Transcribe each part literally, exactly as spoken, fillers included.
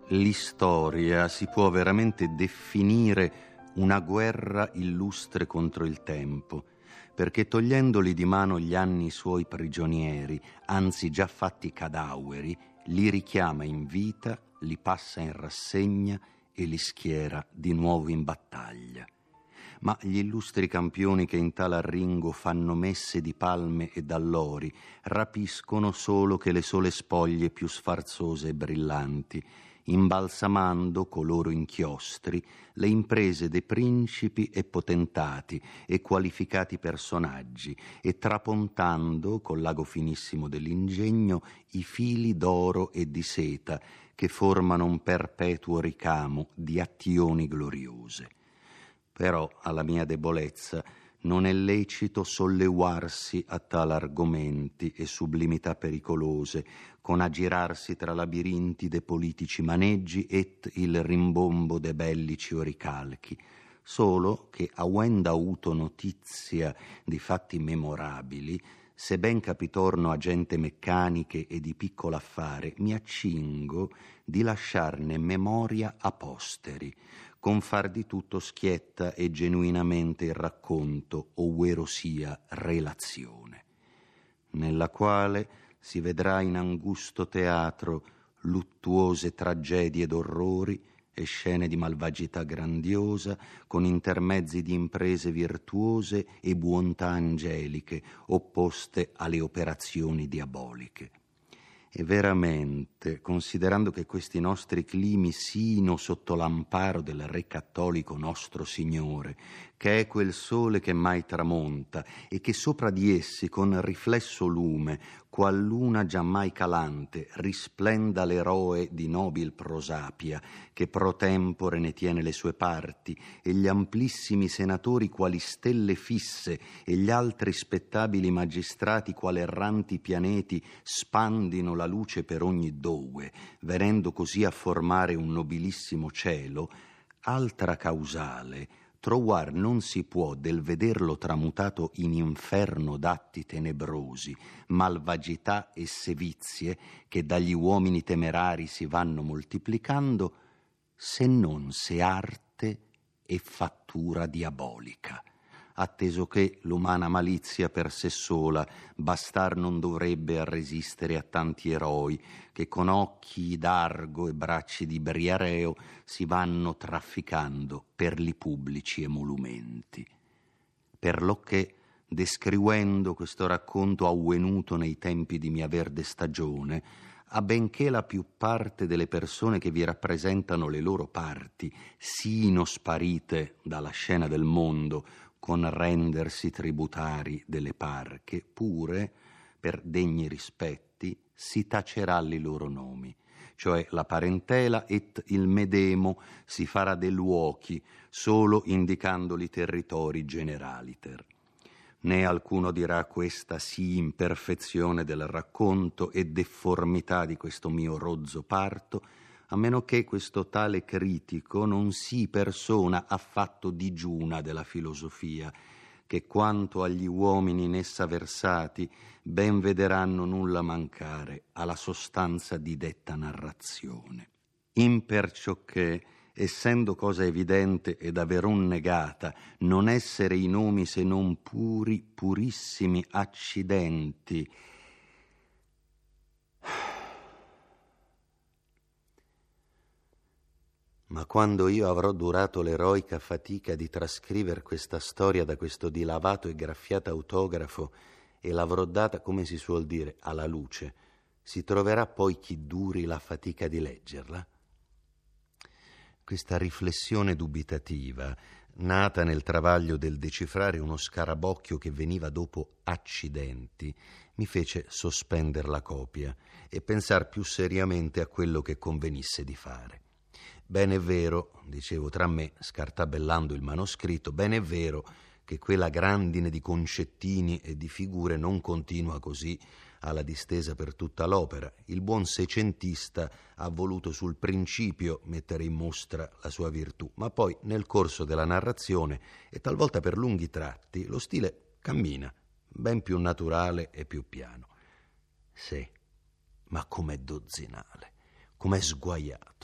l'istoria si può veramente definire una guerra illustre contro il tempo, perché togliendoli di mano gli anni suoi prigionieri, anzi già fatti cadaveri, li richiama in vita, li passa in rassegna e li schiera di nuovo in battaglia. Ma gli illustri campioni che in tal arringo fanno messe di palme e d'allori rapiscono solo che le sole spoglie più sfarzose e brillanti, imbalsamando coloro inchiostri le imprese dei principi e potentati e qualificati personaggi e trapontando col lago finissimo dell'ingegno i fili d'oro e di seta che formano un perpetuo ricamo di attioni gloriose. Però alla mia debolezza non è lecito sollevarsi a tal argomenti e sublimità pericolose, con aggirarsi tra labirinti de politici maneggi et il rimbombo de bellici oricalchi, solo che, avendo avuto notizia di fatti memorabili, se ben capitorno a gente meccaniche e di piccolo affare, mi accingo di lasciarne memoria a posteri, con far di tutto schietta e genuinamente il racconto, ovvero sia relazione, nella quale si vedrà in angusto teatro luttuose tragedie d'orrori e scene di malvagità grandiosa, con intermezzi di imprese virtuose e bontà angeliche opposte alle operazioni diaboliche. E veramente, considerando che questi nostri climi sino sotto l'amparo del Re cattolico nostro Signore, che è quel sole che mai tramonta e che sopra di essi con riflesso lume, qual luna giammai calante, risplenda l'eroe di nobil prosapia, che pro tempore ne tiene le sue parti, e gli amplissimi senatori quali stelle fisse, e gli altri spettabili magistrati quali erranti pianeti spandino la luce per ogni dove, venendo così a formare un nobilissimo cielo, altra causale trovar non si può del vederlo tramutato in inferno d'atti tenebrosi, malvagità e sevizie che dagli uomini temerari si vanno moltiplicando, se non se arte e fattura diabolica, atteso che l'umana malizia per sé sola bastar non dovrebbe a resistere a tanti eroi che con occhi d'argo e bracci di briareo si vanno trafficando per li pubblici emolumenti. Per lo che, descrivendo questo racconto avvenuto nei tempi di mia verde stagione, a benché la più parte delle persone che vi rappresentano le loro parti sino sparite dalla scena del mondo con rendersi tributari delle parche, pure, per degni rispetti, si tacerà i loro nomi, cioè la parentela et il medemo si farà de luochi, solo indicandoli territori generaliter. Né alcuno dirà questa sì imperfezione del racconto e deformità di questo mio rozzo parto, a meno che questo tale critico non si persona affatto digiuna della filosofia, che quanto agli uomini in essa versati ben vederanno nulla mancare alla sostanza di detta narrazione. Imperciò che, essendo cosa evidente ed averon negata, non essere i nomi se non puri, purissimi accidenti, ma quando io avrò durato l'eroica fatica di trascriver questa storia da questo dilavato e graffiato autografo e l'avrò data, come si suol dire, alla luce, si troverà poi chi duri la fatica di leggerla? Questa riflessione dubitativa, nata nel travaglio del decifrare uno scarabocchio che veniva dopo accidenti, mi fece sospender la copia e pensar più seriamente a quello che convenisse di fare. Ben è vero, dicevo tra me, scartabellando il manoscritto, ben è vero che quella grandine di concettini e di figure non continua così alla distesa per tutta l'opera. Il buon seicentista ha voluto sul principio mettere in mostra la sua virtù, ma poi nel corso della narrazione e talvolta per lunghi tratti lo stile cammina, ben più naturale e più piano. Sì, ma com'è dozzinale, com'è sguaiato.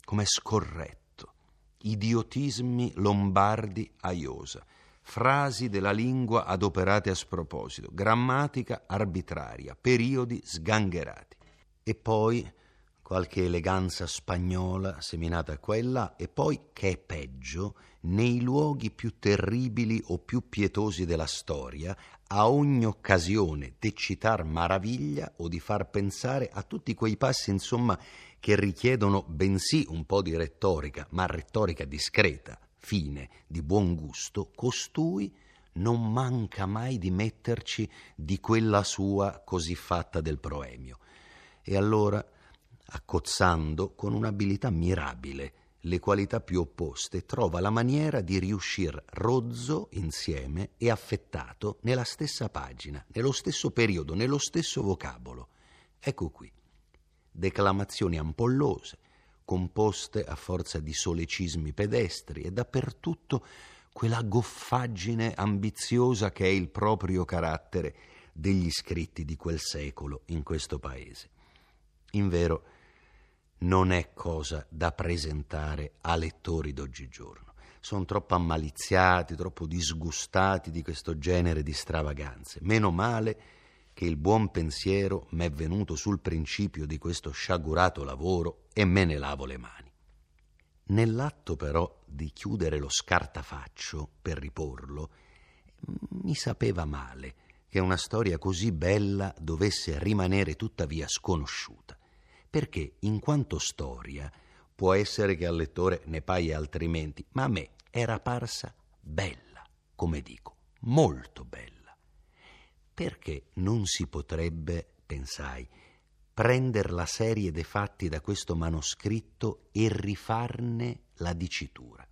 com'è scorretto, idiotismi lombardi a iosa, frasi della lingua adoperate a sproposito, grammatica arbitraria, periodi sgangherati. E poi qualche eleganza spagnola seminata qua e là, e poi, che è peggio, nei luoghi più terribili o più pietosi della storia, a ogni occasione d'eccitar maraviglia o di far pensare a tutti quei passi, insomma, che richiedono bensì un po' di retorica, ma retorica discreta, fine, di buon gusto, costui non manca mai di metterci di quella sua così fatta del proemio. E allora, accozzando con un'abilità mirabile le qualità più opposte, trova la maniera di riuscir rozzo insieme e affettato nella stessa pagina, nello stesso periodo, nello stesso vocabolo. Ecco qui, declamazioni ampollose, composte a forza di solecismi pedestri, e dappertutto quella goffaggine ambiziosa che è il proprio carattere degli scritti di quel secolo in questo paese. Invero, non è cosa da presentare a lettori d'oggigiorno. Sono troppo ammaliziati, troppo disgustati di questo genere di stravaganze. Meno male che il buon pensiero m'è venuto sul principio di questo sciagurato lavoro e me ne lavo le mani. Nell'atto però di chiudere lo scartafaccio per riporlo, mi sapeva male che una storia così bella dovesse rimanere tuttavia sconosciuta, perché in quanto storia può essere che al lettore ne paia altrimenti, ma a me era parsa bella, come dico, molto bella. Perché non si potrebbe, pensai, prendere la serie dei fatti da questo manoscritto e rifarne la dicitura?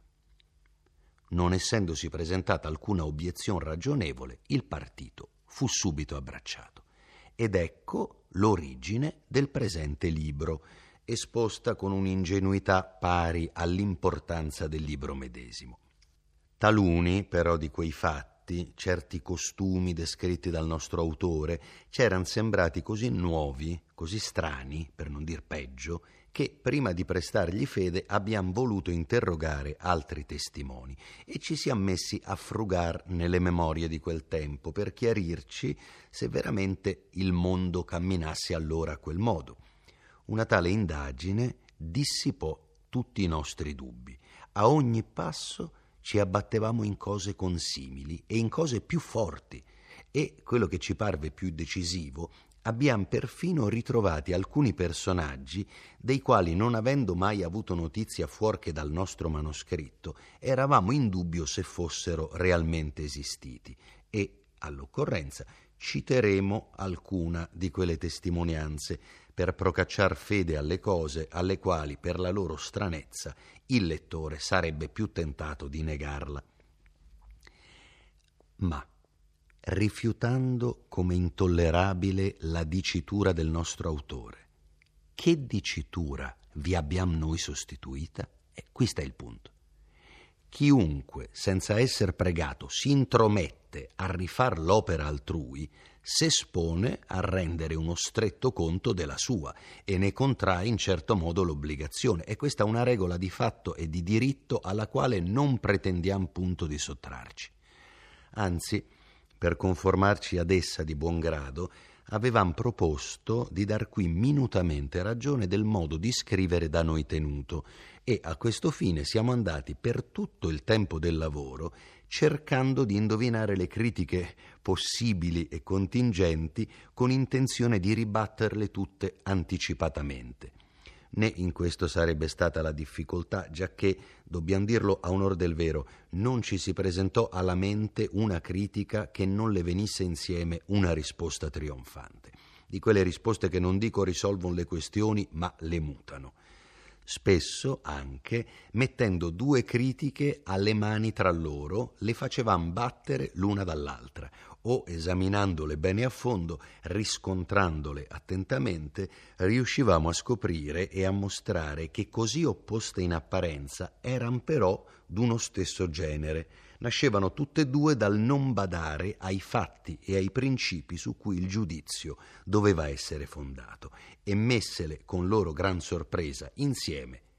Non essendosi presentata alcuna obiezione ragionevole, il partito fu subito abbracciato. Ed ecco l'origine del presente libro, esposta con un'ingenuità pari all'importanza del libro medesimo. Taluni, però, di quei fatti, certi costumi descritti dal nostro autore, c'eran sembrati così nuovi, così strani, per non dir peggio, che prima di prestargli fede abbiamo voluto interrogare altri testimoni e ci siamo messi a frugar nelle memorie di quel tempo per chiarirci se veramente il mondo camminasse allora a quel modo. Una tale indagine dissipò tutti i nostri dubbi. A ogni passo ci abbattevamo in cose consimili e in cose più forti, e quello che ci parve più decisivo, abbiamo perfino ritrovati alcuni personaggi dei quali, non avendo mai avuto notizia fuor che dal nostro manoscritto, eravamo in dubbio se fossero realmente esistiti, e all'occorrenza citeremo alcuna di quelle testimonianze per procacciar fede alle cose alle quali, per la loro stranezza, il lettore sarebbe più tentato di negarla. Ma rifiutando come intollerabile la dicitura del nostro autore, che dicitura vi abbiamo noi sostituita? E qui sta il punto. Chiunque, senza esser pregato, si intromette a rifar l'opera altrui, s'espone a rendere uno stretto conto della sua e ne contrae in certo modo l'obbligazione. E questa è una regola di fatto e di diritto alla quale non pretendiamo punto di sottrarci. Anzi, per conformarci ad essa di buon grado, avevamo proposto di dar qui minutamente ragione del modo di scrivere da noi tenuto, e a questo fine siamo andati per tutto il tempo del lavoro cercando di indovinare le critiche possibili e contingenti con intenzione di ribatterle tutte anticipatamente. Né in questo sarebbe stata la difficoltà, giacché, dobbiamo dirlo a onor del vero, non ci si presentò alla mente una critica che non le venisse insieme una risposta trionfante. Di quelle risposte che non dico risolvono le questioni, ma le mutano. Spesso anche, mettendo due critiche alle mani tra loro, le facevamo battere l'una dall'altra, o, esaminandole bene a fondo, riscontrandole attentamente, riuscivamo a scoprire e a mostrare che così opposte in apparenza eran però d'uno stesso genere, nascevano tutte e due dal non badare ai fatti e ai principi su cui il giudizio doveva essere fondato, e messele con loro gran sorpresa insieme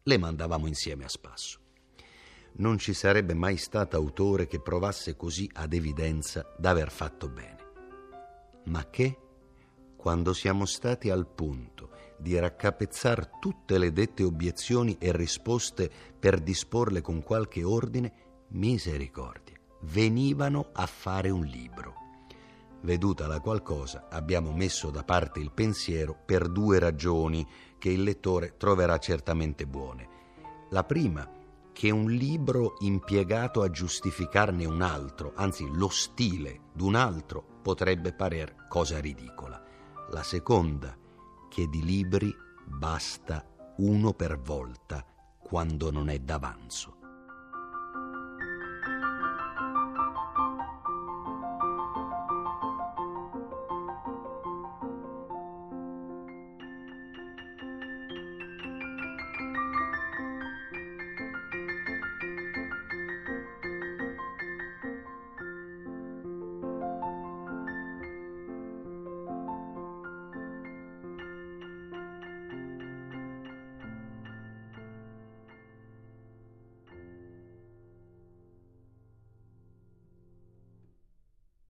le mandavamo insieme a spasso. Non ci sarebbe mai stato autore che provasse così ad evidenza d'aver fatto bene. Ma che, quando siamo stati al punto di raccapezzar tutte le dette obiezioni e risposte per disporle con qualche ordine, misericordia, venivano a fare un libro. Veduta la qual cosa, abbiamo messo da parte il pensiero per due ragioni che il lettore troverà certamente buone. La prima, che un libro impiegato a giustificarne un altro, anzi lo stile d'un altro, potrebbe parer cosa ridicola. La seconda, che di libri basta uno per volta quando non è d'avanzo.